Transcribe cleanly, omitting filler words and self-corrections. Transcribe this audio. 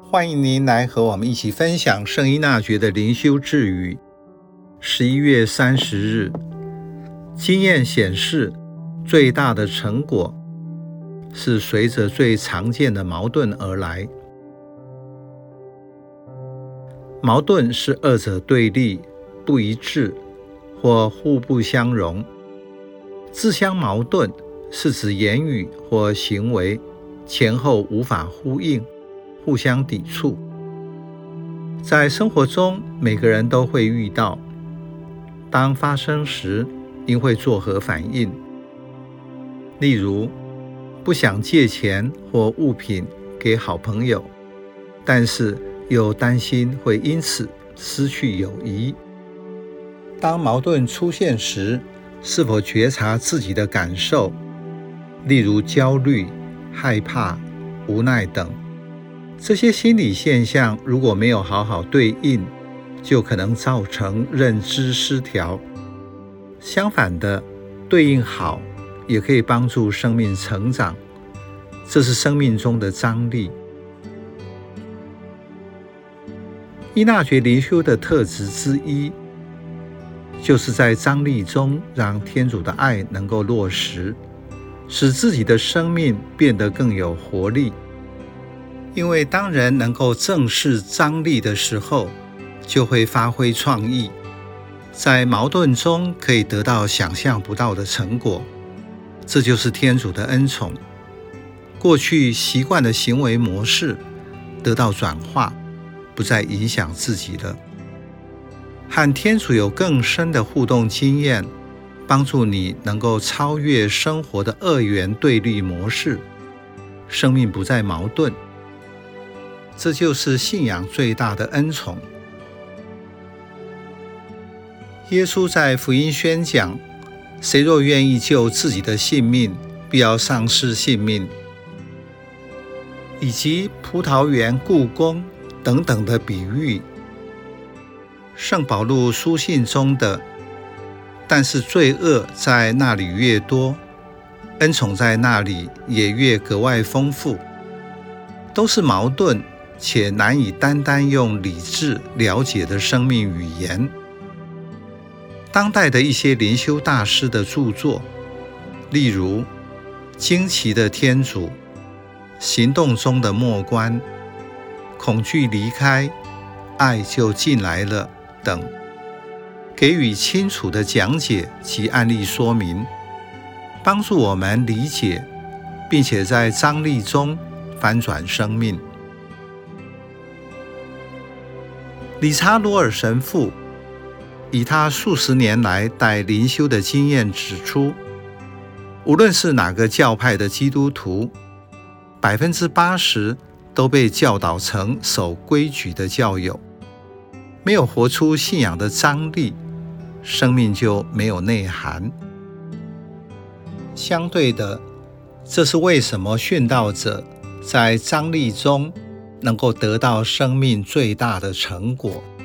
欢迎您来和我们一起分享圣依纳爵的灵修智语。11月30日，经验显示，最大的成果是随着最常见的矛盾而来。矛盾是二者对立、不一致或互不相容。自相矛盾是指言语或行为前后无法呼应，互相抵触。在生活中，每个人都会遇到，当发生时，应会作何反应？例如，不想借钱或物品给好朋友，但是又担心会因此失去友谊。当矛盾出现时，是否觉察自己的感受，例如焦虑、害怕、无奈等？这些心理现象如果没有好好对应，就可能造成认知失调。相反的，对应好，也可以帮助生命成长，这是生命中的张力。依纳爵灵修的特质之一，就是在张力中让天主的爱能够落实，使自己的生命变得更有活力。因为当人能够正视张力的时候，就会发挥创意，在矛盾中可以得到想象不到的成果。这就是天主的恩宠，过去习惯的行为模式得到转化，不再影响自己了。和天主有更深的互动经验，帮助你能够超越生活的二元对立模式，生命不再矛盾。这就是信仰最大的恩宠。耶稣在福音宣讲，谁若愿意救自己的性命，必要丧失性命，以及葡萄园、故宫等等的比喻。圣保禄书信中的，但是罪恶在那里越多，恩宠在那里也越格外丰富，都是矛盾且难以单单用理智了解的生命语言。当代的一些灵修大师的著作，例如《惊奇的天主》、《行动中的默观》、《恐惧离开，爱就进来了》等，给予清楚的讲解及案例说明，帮助我们理解，并且在张力中翻转生命。理查罗尔神父以他数十年来带灵修的经验指出，无论是哪个教派的基督徒，80%都被教导成守规矩的教友，没有活出信仰的张力，生命就没有内涵。相对的，这是为什么殉道者在张力中能够得到生命最大的成果。